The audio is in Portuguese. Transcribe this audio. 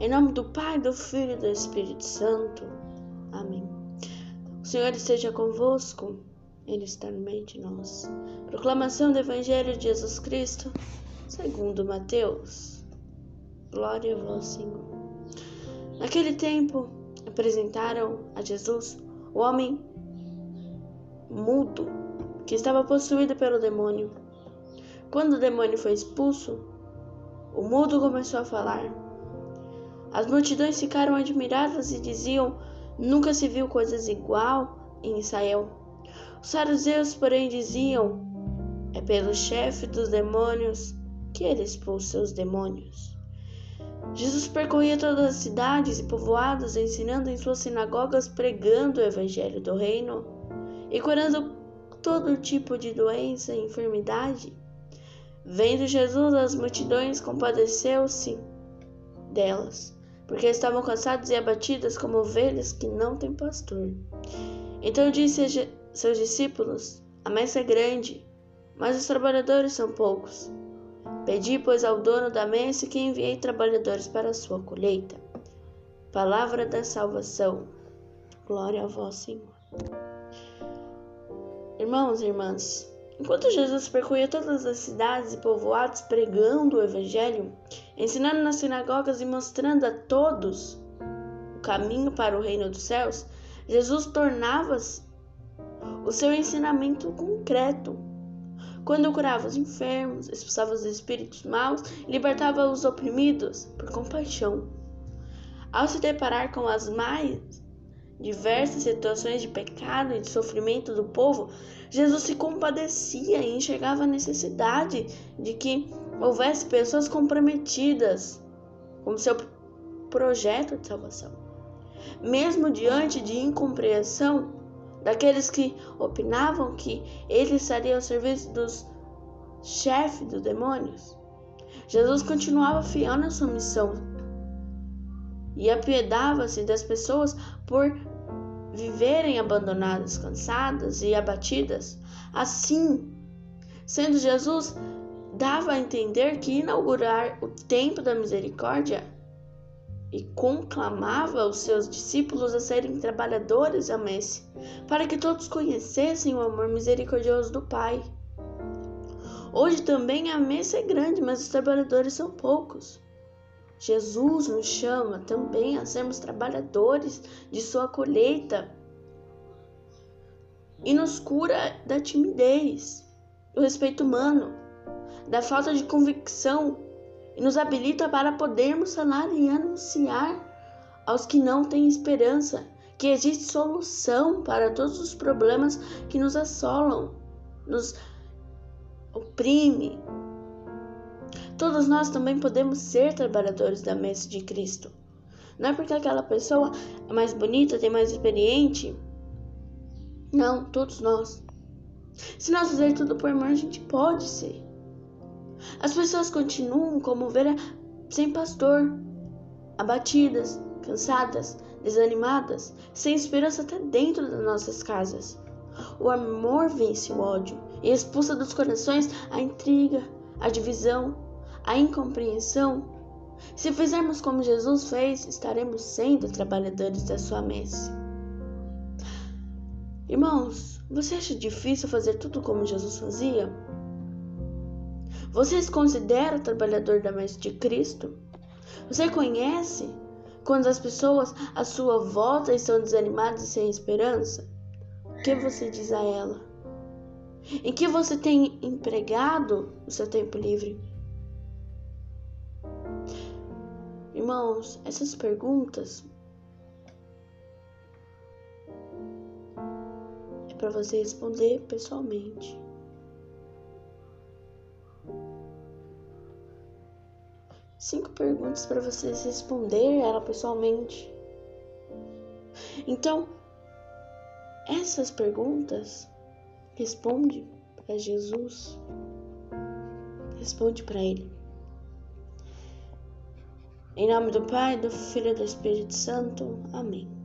Em nome do Pai, do Filho e do Espírito Santo. Amém. O Senhor esteja convosco, Ele está no meio de nós. Proclamação do Evangelho de Jesus Cristo, segundo Mateus. Glória a vós, Senhor. Naquele tempo, apresentaram a Jesus o homem mudo, que estava possuído pelo demônio. Quando o demônio foi expulso, o mudo começou a falar. As multidões ficaram admiradas e diziam: nunca se viu coisas igual em Israel. Os fariseus, porém, diziam: é pelo chefe dos demônios que ele expulsa os demônios. Jesus percorria todas as cidades e povoados, ensinando em suas sinagogas, pregando o evangelho do reino e curando todo tipo de doença e enfermidade. Vendo Jesus as multidões, compadeceu-se delas, porque estavam cansadas e abatidas como ovelhas que não têm pastor. Então disse a seus discípulos: a messe é grande, mas os trabalhadores são poucos. Pedi, pois, ao dono da messe que enviei trabalhadores para a sua colheita. Palavra da salvação. Glória a vós, Senhor. Irmãos e irmãs, enquanto Jesus percorria todas as cidades e povoados pregando o evangelho, ensinando nas sinagogas e mostrando a todos o caminho para o reino dos céus, Jesus tornava o seu ensinamento concreto. Quando curava os enfermos, expulsava os espíritos maus e libertava os oprimidos por compaixão. Ao se deparar com as mais diversas situações de pecado e de sofrimento do povo, Jesus se compadecia e enxergava a necessidade de que houvesse pessoas comprometidas com seu projeto de salvação. Mesmo diante de incompreensão daqueles que opinavam que ele estaria ao serviço dos chefes dos demônios, Jesus continuava fiel na sua missão e apiedava-se das pessoas por viverem abandonadas, cansadas e abatidas. Assim, sendo Jesus, dava a entender que inaugurar o tempo da misericórdia e conclamava os seus discípulos a serem trabalhadores da messe, para que todos conhecessem o amor misericordioso do Pai. Hoje também a messe é grande, mas os trabalhadores são poucos. Jesus nos chama também a sermos trabalhadores de sua colheita e nos cura da timidez, do respeito humano, da falta de convicção e nos habilita para podermos falar e anunciar aos que não têm esperança que existe solução para todos os problemas que nos assolam, nos oprime. Todos nós também podemos ser trabalhadores da messe de Cristo. Não é porque aquela pessoa é mais bonita, tem mais experiente. Não, todos nós. Se nós fizermos tudo por amor, a gente pode ser. As pessoas continuam como ovelhas sem pastor, abatidas, cansadas, desanimadas, sem esperança até dentro das nossas casas. O amor vence o ódio e expulsa dos corações a intriga, a divisão, a incompreensão. Se fizermos como Jesus fez, estaremos sendo trabalhadores da sua messe. Irmãos, você acha difícil fazer tudo como Jesus fazia? Você se considera trabalhador da messe de Cristo? Você conhece quando as pessoas à sua volta estão desanimadas e sem esperança? O que você diz a ela? Em que você tem empregado o seu tempo livre? Irmãos, essas perguntas é para você responder pessoalmente. 5 perguntas para você responder ela pessoalmente. Então, essas perguntas responde para Jesus. Responde para Ele. Em nome do Pai, do Filho e do Espírito Santo. Amém.